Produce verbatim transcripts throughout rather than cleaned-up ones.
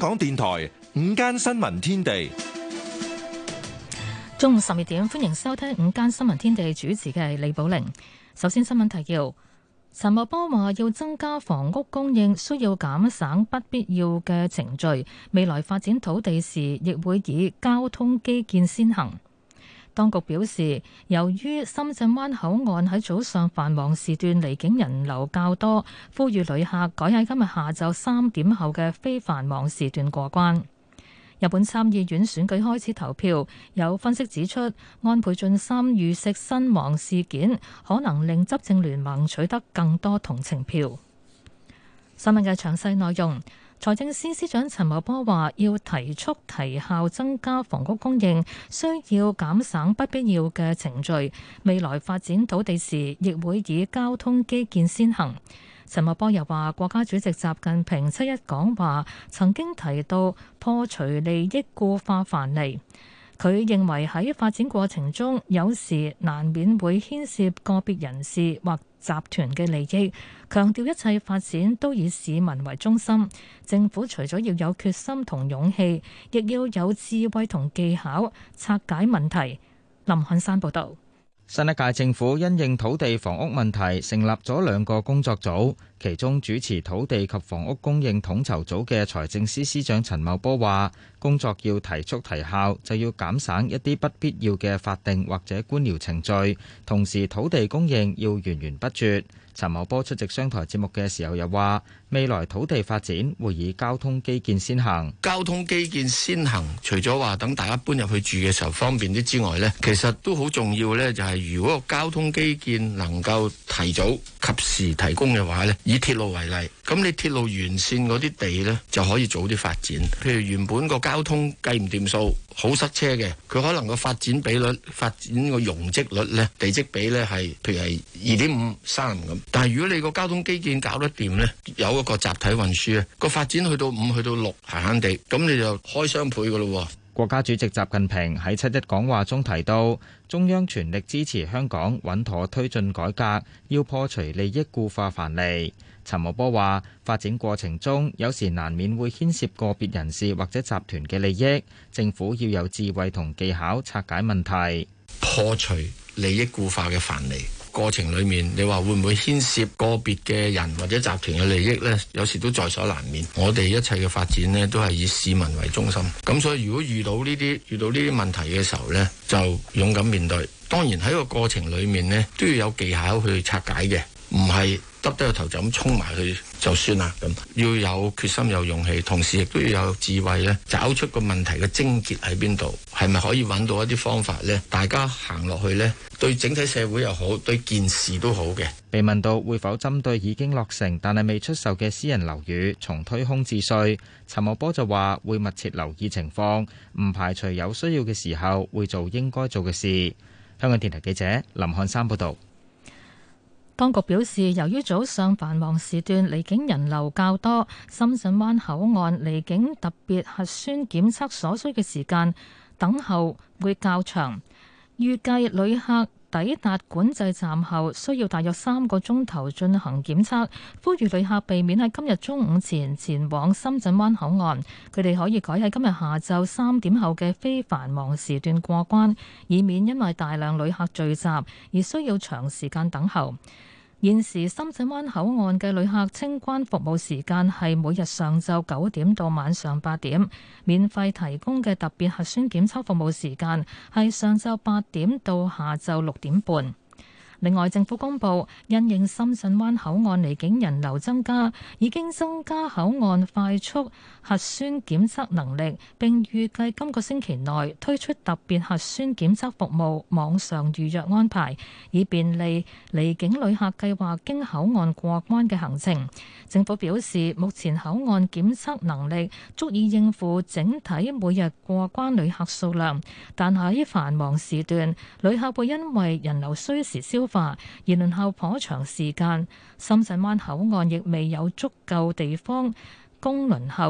港電台午間新聞天地， 中午十二點，歡迎收聽午間新聞天地，主持嘅係李寶玲。首先新聞提要：陳茂波話要增加房屋供應，需要減省不必要嘅程序。未來發展土地時，亦會以交通基建先行。當局表示，由於深圳灣口岸喺早上繁忙時段離境人流較多，呼籲旅客改喺今日下晝三點後嘅非繁忙時段過關。日本參議院選舉開始投票，有分析指出，安倍晉三遇刺身亡事件可能令執政聯盟取得更多同情票。新聞嘅詳細內容。財政司司長陳茂波話：要提速提效增加房屋供應，需要減省不必要嘅程序。未來發展土地時，亦會以交通基建先行。陳茂波又話：國家主席習近平七一講話曾經提到破除利益固化藩籬。佢認為喺發展過程中，有時難免會牽涉個別人士或集團嘅利益，強調一切發展都以市民為中心。政府除咗要有決心同勇氣，亦要有智慧同技巧拆解問題。林漢山報導。 新一屆政府因應土地房屋問題，成立咗兩個工作組，其中主持土地及房屋供應統籌組嘅財政司司長陳茂波話：工作要提速提效，就要減省一啲不必要嘅法定或者官僚程序，同時土地供應要源源不絕。陳茂波出席商台節目嘅時候又話：未來土地發展會以交通基建先行。 交通基建先行，除咗話等大家搬入去住嘅時候方便啲之外呢，其實都好重要呢，就係如果交通基建能夠提早及時提供嘅話呢，以鐵路為例，咁你鐵路沿線嗰啲地呢，就可以早啲發展。譬如原本個交通計唔掂數，好塞車嘅，佢可能個發展比率、發展個容積率呢，地積比呢係譬如係二點五三咁。但係如果你個交通基建搞得掂呢，有一個集體運輸啊，個發展去到五去到六閒閒地，咁你就開雙倍噶咯。 國家主席習近平喺七一講話中提到，中央全力支持香港穩妥推進改革，要破除利益固化藩籬。陳茂波話：發展過程中有時難免會牽涉個別人士或者集團嘅利益，政府要有智慧同技巧拆解問題， 破除利益固化嘅藩籬。過程裏面，你話會唔會牽涉個別嘅人或者集團嘅利益呢？有時都在所難免。我哋一切嘅發展呢，都係以市民為中心。咁所以如果遇到呢啲遇到呢啲問題嘅時候呢，就勇敢面對。當然喺個過程裏面呢，都要有技巧去拆解嘅，唔係耷低個頭就咁衝埋去就算啦。咁要有決心有勇氣，同時亦都要有智慧咧，找出個問題嘅症結喺邊度，係咪可以揾到一啲方法呢？大家行落去呢，對整體社會又好，對件事都好嘅。 被問到會否針對已經落成但係未出售嘅私人樓宇重推空置稅，陳茂波就話會密切留意情況，唔排除有需要嘅時候會做應該做嘅事。香港電台記者林漢山報導。 當局表示，由於早上繁忙時段離境人流較多，深圳灣口岸離境特別核酸檢測所需嘅時間等候會較長，預計旅客抵達管制站後需要大約三個鐘頭進行檢測，呼籲旅客避免喺今日中午前前往深圳灣口岸，佢哋可以改喺今日下晝三點後嘅非繁忙時段過關，以免因為大量旅客聚集而需要長時間等候。現時深圳灣口岸嘅旅客清關服務時間係每日上晝九點到晚上八點，免費提供嘅特別核酸檢測服務時間係上晝八點到下晝六點半。另外，政府公布因應深圳灣口岸離境人流增加，已經增加口岸快速核酸檢測能力，並預計今個星期內推出特別核酸檢測服務網上預約安排，以便利離境旅客計劃經口岸過關嘅行程。政府表示，目前口岸檢測能力足以應付整體每日過關旅客數量，但喺繁忙時段，旅客會因為人流需時消化而輪候頗長時間。深圳灣口岸亦未有足夠地方供輪候。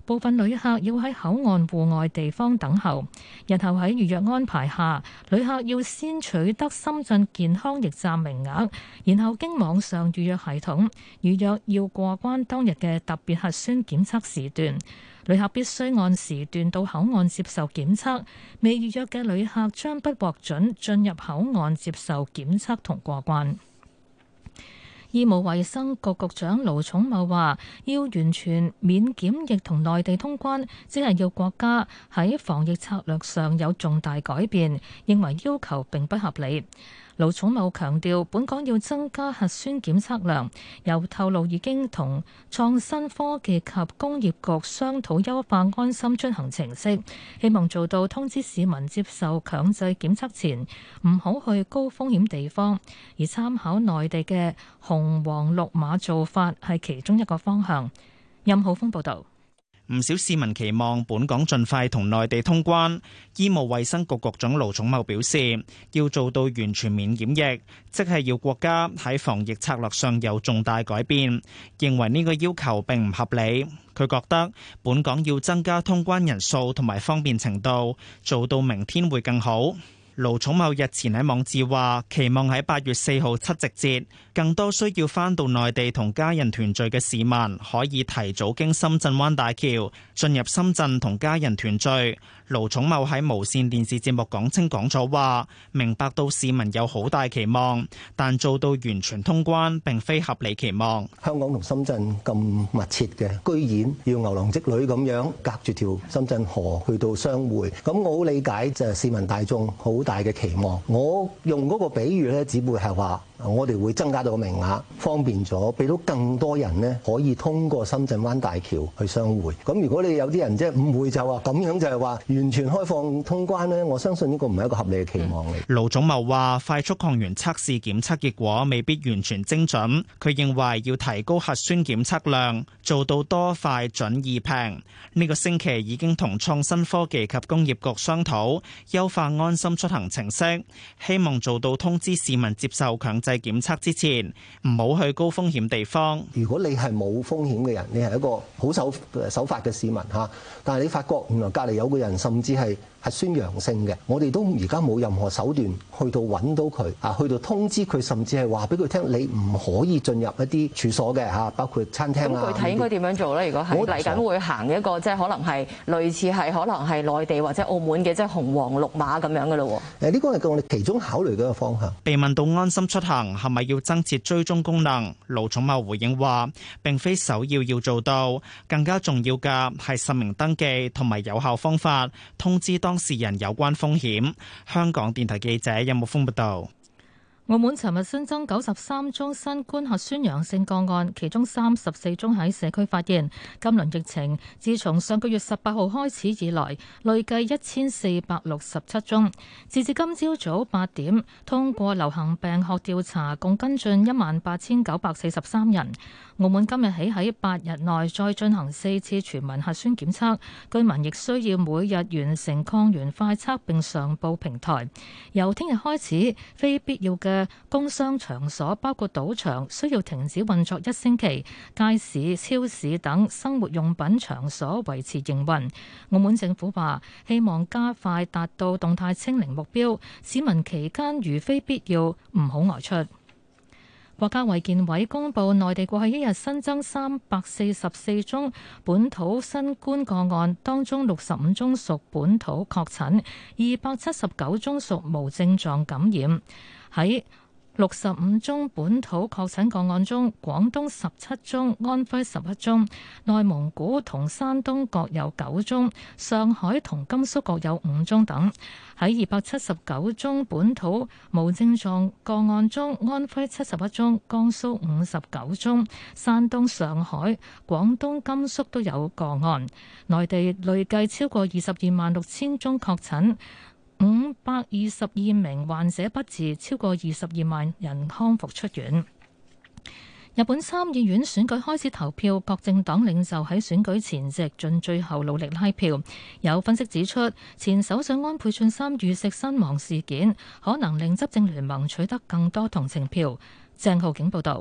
部分旅客要喺口岸戶外地方等候。日後喺預約安排下，旅客要先取得深圳健康驛站名額，然後經網上預約系統預約要過關當日嘅特別核酸檢測時段。旅客必須按時段到口岸接受檢測，未預約嘅旅客將不獲准進入口岸接受檢測同過關。醫務衛生局局長盧寵茂話：要完全免檢疫同內地通關，即係要國家喺防疫策略上有重大改變，認為要求並不合理。盧寵茂強調，本港要增加核酸檢測量，又透露已經同創新科技及工業局商討優化安心出行程式，希望做到通知市民接受強制檢測前唔好去高風險地方，而參考內地嘅紅黃綠碼做法係其中一個方向。任浩峰報導。 唔少市民期望本港盡快同內地通關。醫務衛生局局長盧寵茂表示，要做到完全免檢疫，即係要國家喺防疫策略上有重大改變，認為呢個要求並唔合理。佢覺得本港要增加通關人數同埋方便程度，做到明天會更好。盧寵茂日前喺網誌話，期望喺八月四號七夕節，更多需要返到內地同家人團聚嘅市民，可以提早經深圳灣大橋進入深圳同家人團聚。盧寵茂喺無線電視節目講清講楚話，明白到市民有好大期望，但做到完全通關並非合理期望。 香港同深圳咁密切嘅，居然要牛郎織女咁樣隔住條深圳河去到相會，咁我好理解就係市民大眾好大嘅期望。我用嗰個比喻咧，只會係話我哋會增加到個名額，方便咗，俾到更多人呢可以通過深圳灣大橋去相會。咁如果你有啲人即係誤會就話咁樣就係話完全開放通關呢，我相信呢個唔係一個合理嘅期望嚟。 盧寵茂話：快速抗原測試檢測結果未必完全精準，佢認為要提高核酸檢測量，做到多快準易平。呢個星期已經同創新科技及工業局商討優化安心出行程式，希望做到通知市民接受強制檢測之前唔好去高風險地方。 如果你係冇風險嘅人，你係一個好守守法嘅市民嚇，但係你發覺原來隔離有個人甚至係核酸陽性嘅，我哋都而家冇任何手段去到揾到佢啊，去到通知佢，甚至係話俾佢聽你唔可以進入一啲處所嘅嚇，包括餐廳啊。 咁具體應該點樣做咧？如果係嚟緊會行一個即係可能係類似係可能係內地或者澳門嘅即係紅黃綠碼咁樣嘅咯喎。 誒呢個係我哋其中考慮嘅一個方向。 被問到安心出行係咪要增設追蹤功能，盧寵茂回應話：並非首要要做到，更加重要嘅係實名登記同埋有效方法通知當事人有關風險。香港電台記者任木峰報道。 澳門尋日新增九十三宗新冠核酸陽性個案，其中三十四宗喺社區發現。今輪疫情自從上個月十八號開始以來，累計一千四百六十七宗。截至今朝早八點，通過流行病學調查，共跟進一萬八千九百四十三人。澳門今日起喺八日內再進行四次全民核酸檢測，居民亦需要每日完成抗原快測並上報平台。由聽日開始，非必要嘅工商場所包括賭場需要停止運作一星期，街市、超市等生活用品場所維持營運。澳門政府話希望加快達到動態清零目標，市民期間如非必要唔好外出。國家衛健委公布，內地過去一日新增三百四十四宗本土新冠個案，當中六十五宗屬本土確診，二百七十九宗屬無症狀感染。喺六十五宗本土確診個案中，廣東十七宗，安徽十一宗，內蒙古同山東各有九宗，上海同甘肅各有五宗等。喺二百七十九宗本土無症狀個案中，安徽七十一宗，江蘇五十九宗，山東、上海、廣東、甘肅都有個案。內地累計超過二十二萬六千宗確診，五百二十二名患者不治，超過二十二萬人康復出院。日本參議院選舉開始投票，各政黨領袖喺選舉前夕盡最後努力拉票。有分析指出，前首相安倍晉三遇刺身亡事件，可能令執政聯盟取得更多同情票。鄭浩景報導。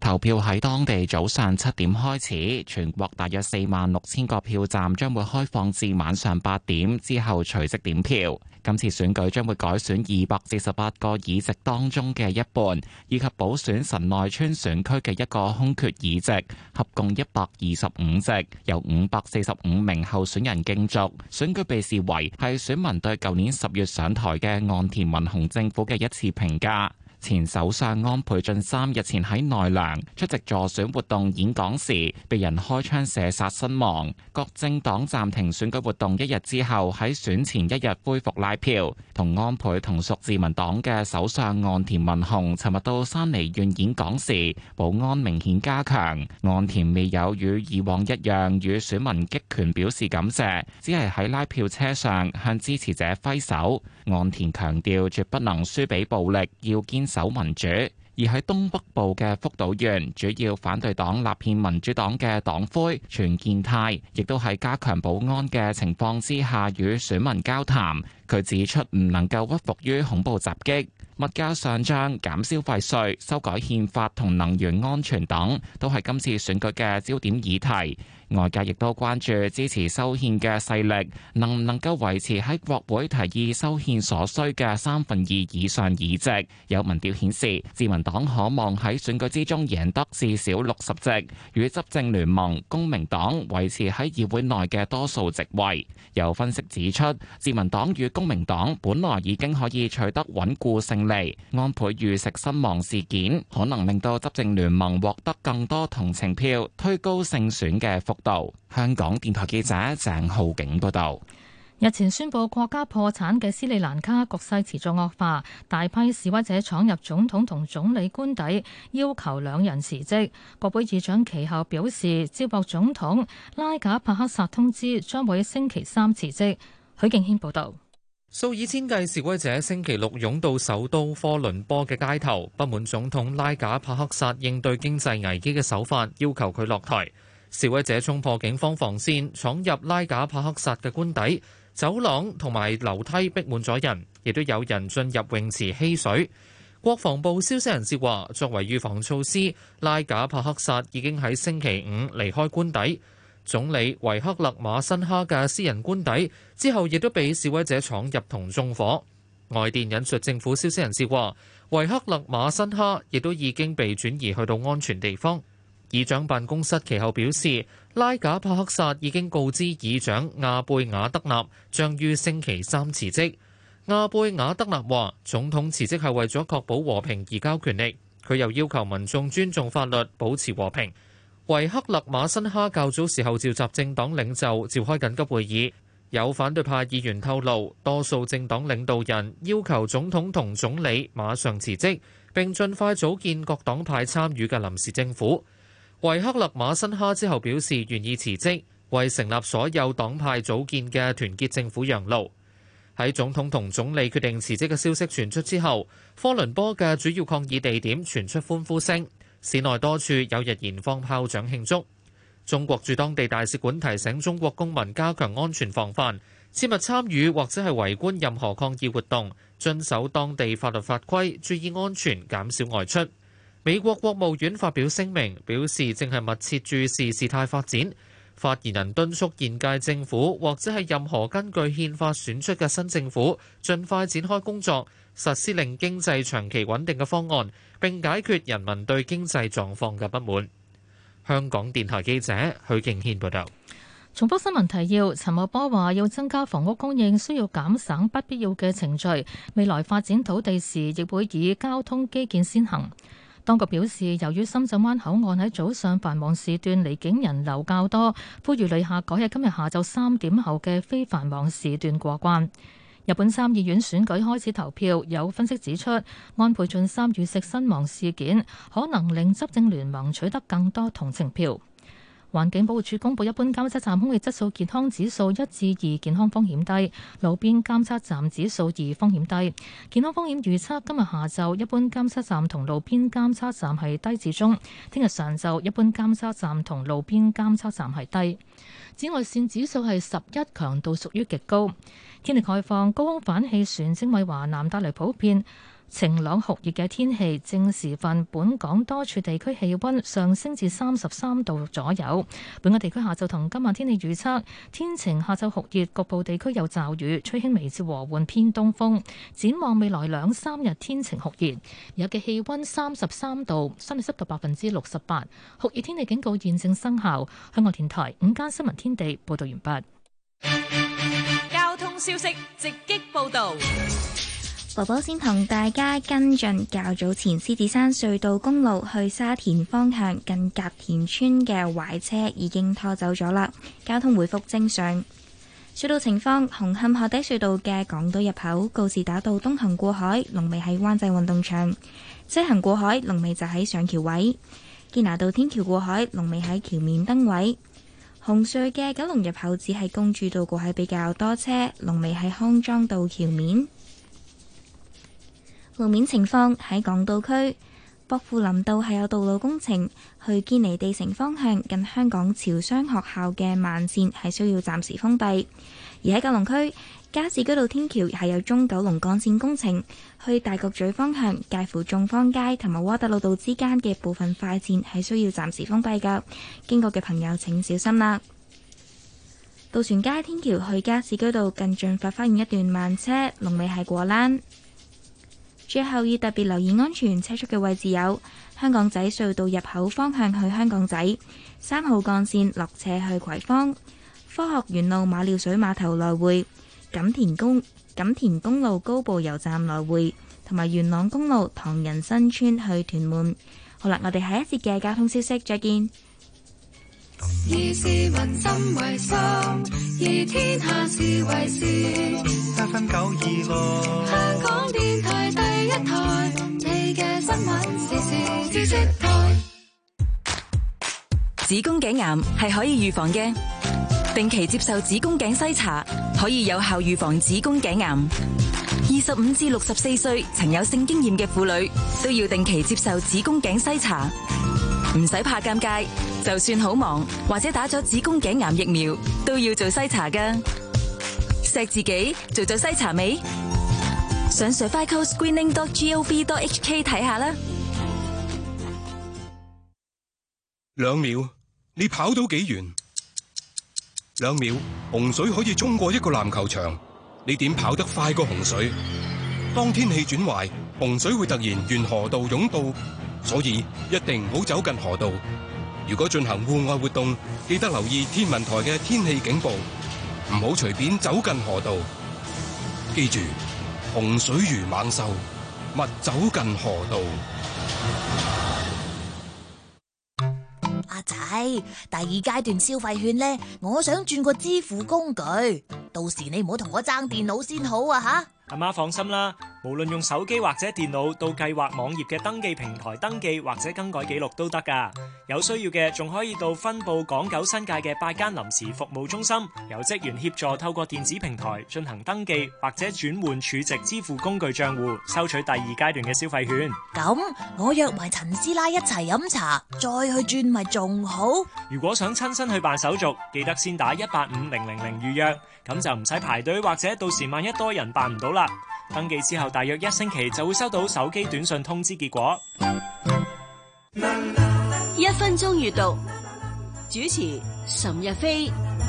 投票喺當地早上七點開始，全國大約四萬六千個票站將會開放至晚上八點，之後隨即點票。今次選舉將會改選二百四十八個議席當中嘅一半，以及補選神奈川選區嘅一個空缺議席，合共一百二十五席，由五百四十五名候選人競逐。選舉被視為係選民對舊年十月上台嘅岸田文雄政府嘅一次評價。前首相安倍晉三日前喺奈良出席助選活動演講時，被人開槍射殺身亡。各政黨暫停選舉活動一日之後，喺選前一日恢復拉票。同安倍同屬自民黨嘅首相岸田文雄尋日到山梨縣演講時，保安明顯加強。岸田未有與以往一樣與選民擊拳表示感謝，只係喺拉票車上向支持者揮手。岸田強調絕不能輸俾暴力，要堅守民主。而喺東北部嘅福島縣，主要反對黨立憲民主黨嘅黨魁泉健太，亦都喺加強保安嘅情況之下與選民交談。佢指出唔能夠屈服於恐怖襲擊。物價上漲、減消費稅、修改憲法同能源安全等，都係今次選舉嘅焦點議題。外界亦都關注支持修憲嘅勢力能唔能夠維持喺國會提議修憲所需嘅三分二以上議席。有民調顯示，自民黨可望喺選舉之中贏得至少六十席，與執政聯盟公明黨維持喺議會內嘅多數席位。有分析指出，自民黨與公明黨本來已經可以取得穩固勝利，安倍遇刺身亡事件可能令到執政聯盟獲得更多同情票，推高勝選嘅幅度。香港電台記者鄭浩景報道。 日前宣布國家破產嘅斯里蘭卡局勢持續惡化，大批示威者闖入總統同總理官邸，要求兩人辭職。國會議長其後表示，接獲總統拉賈帕克薩通知，將會星期三辭職。許敬軒報道。 數以千計示威者星期六湧到首都科倫坡嘅街頭，不滿總統拉賈帕克薩應對經濟危機嘅手法，要求佢落台。示威者衝破警方防線，闖入拉賈帕克薩嘅官邸，走廊同埋樓梯逼滿咗人，亦都有人進入泳池嬉水。國防部消息人士話，作為預防措施，拉賈帕克薩已經喺星期五離開官邸。總理維克勒馬辛哈嘅私人官邸之後，亦都被示威者闖入同縱火。外電引述政府消息人士話，維克勒馬辛哈亦都已經被轉移去到安全地方。議長辦公室其後表示，拉賈帕克薩已經告知議長亞貝雅德納將於星期三辭職。亞貝雅德納話，總統辭職係為咗確保和平移交權力。佢又要求民眾尊重法律，保持和平。維克勒馬辛哈較早時候召集政黨領袖召開緊急會議，有反對派議員透露，多數政黨領導人要求總統同總理馬上辭職，並盡快組建各黨派參與嘅臨時政府。維克勒馬辛哈之後表示願意辭職，為成立所有黨派組建嘅團結政府讓路。喺總統同總理決定辭職嘅消息傳出之後，科倫坡嘅主要抗議地點傳出歡呼聲，市內多處有人燃放炮仗慶祝。中國駐當地大使館提醒中國公民加強安全防範，切勿參與或者係圍觀任何抗議活動，遵守當地法律法規，注意安全，減少外出。美國國務院發表聲明，表示正係密切注視事態發展。發言人敦促現屆政府或者係任何根據憲法選出嘅新政府，盡快展開工作，實施令經濟長期穩定嘅方案，並解決人民對經濟狀況嘅不滿。香港電台記者許敬軒報道。 重複新聞提要，陳茂波話要增加房屋供應，需要減省不必要嘅程序。未來發展土地時，亦會以交通基建先行。當局表示，由於深圳灣口岸喺早上繁忙時段離境人流較多，呼籲旅客改喺今日下晝三點後嘅非繁忙時段過關。日本參議院選舉開始投票，有分析指出，安倍晉三遇刺身亡事件可能令執政聯盟取得更多同情票。環境保護署公布一般監測站空氣質素健康指數一至二，健康風險低；路邊監測站指數二，風險低。健康風險預測今日下晝一般監測站同路邊監測站係低至中，聽日上晝一般監測站同路邊監測站係低。紫外線指數係十一，強度屬於極高。天氣概況，高空反氣旋正為華南帶嚟普遍晴朗酷熱嘅天氣，正時分本港多處地區氣溫上升至三十三度左右。本港地區下晝同今晚天氣預測，天晴，下晝酷熱，局部地區有驟雨，吹輕微至和緩偏東風。展望未來兩三日天晴酷熱，有嘅氣溫三十三度，相對濕度百分之六十八，酷熱天氣警告現正生效。香港電台午間新聞天地報道完畢。 交通消息直擊報道。 寶寶先同大家跟進較早前獅子山隧道公路去沙田方向近甲田村嘅壞車已經拖走咗啦，交通回復正常。隧道情況：紅磡海底隧道嘅港島入口告士打道東行過海，龍尾喺灣仔運動場；西行過海，龍尾就喺上橋位。堅拿道天橋過海，龍尾喺橋面燈位。紅隧嘅九龍入口只係公主道過海比較多車，龍尾喺康莊道橋面。路面情況喺港島區，薄扶林道係有道路工程，去堅尼地城方向近香港潮商學校嘅慢線係需要暫時封閉。而喺九龍區，加士居道天橋係有中九龍幹線工程，去大角咀方向介乎眾坊街同埋窩打老道之間嘅部分快線係需要暫時封閉㗎，經過嘅朋友請小心啦。渡船街天橋去加士居道近駿發花園一段慢車，龍尾係過欄。最後要特別留意安全車速嘅位置有香港仔隧道入口方向去香港仔、三號幹線落斜去葵芳、科學園路馬料水碼頭來回、錦田公錦田公路高埗油站來回，同埋元朗公路唐人新村去屯門。好啦，我哋下一節嘅交通消息再見。 以市民心為心，以天下事為事。七分九二六，香港電台第一台，你嘅新聞時事知識台。 子宮頸癌係可以預防嘅，定期接受子宮頸篩查可以有效預防子宮頸癌。二十五至六十四歲曾有性經驗嘅婦女都要定期接受子宮頸篩查，唔使怕尷尬。就算好忙或者打咗子宮頸癌疫苗，都要做篩查㗎。錫自己做咗篩查未？上 cervical screening dot gov dot h k 睇下啦。 兩秒，你跑到幾遠？兩秒，洪水可以衝過一個籃球場，你點跑得快過洪水？當天氣轉壞，洪水會突然沿河道湧到，所以一定唔好走近河道。如果進行戶外活動，記得留意天文台嘅天氣警報，唔好隨便走近河道。記住，洪水如猛獸，勿走近河道。 阿仔，第二階段消費券呢，我想轉個支付工具，到時你唔好同我爭電腦先好啊吓！ 阿媽放心啦，無論用手機或者電腦到計劃網頁嘅登記平台登記或者更改記錄都得㗎。有需要嘅仲可以到分佈港九新界嘅八間臨時服務中心，由職員協助透過電子平台進行登記或者轉換儲值支付工具賬戶，收取第二階段嘅消費券。 咁我約埋陳師奶一齊飲茶，再去轉咪仲好。 如果想親身去辦手續，記得先打一八五零零零預約，咁就唔使排隊，或者到時萬一多人辦唔到啦。登記之後大約一星期就會收到手機短信通知結果。 一分鐘閱讀，主持岑日飛。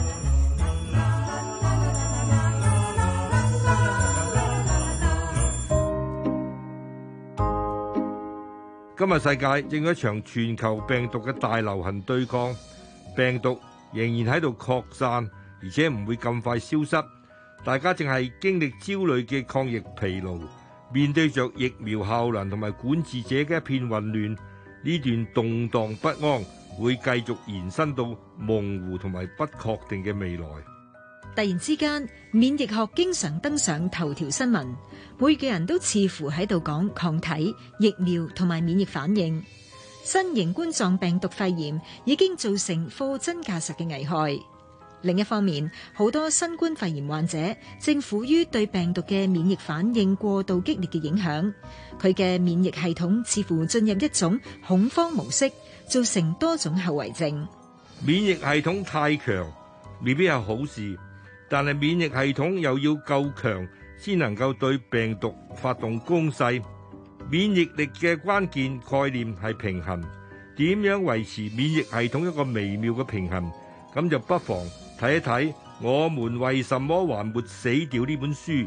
今日世界正有一場全球病毒嘅大流行對抗，病毒仍然喺度擴散，而且唔會咁快消失。大家正係經歷焦慮嘅抗疫疲勞，面對着疫苗效能同埋管治者嘅一片混亂，呢段動盪不安會繼續延伸到模糊同埋不確定嘅未來。 突然之間，免疫學經常登上頭條新聞，每個人都似乎喺度講抗體、疫苗同埋免疫反應。新型冠狀病毒肺炎已經造成貨真價實嘅危害。另一方面，好多新冠肺炎患者正苦於對病毒嘅免疫反應過度激烈嘅影響，佢嘅免疫系統似乎進入一種恐慌模式，造成多種後遺症。 免疫系統太強未必係好事，但係免疫系統又要夠強先能夠對病毒發動攻勢。 免疫力嘅關鍵概念係平衡，點樣維持免疫系統一個微妙嘅平衡？咁就不妨睇一睇《我們為什麼還沒死掉》呢本書。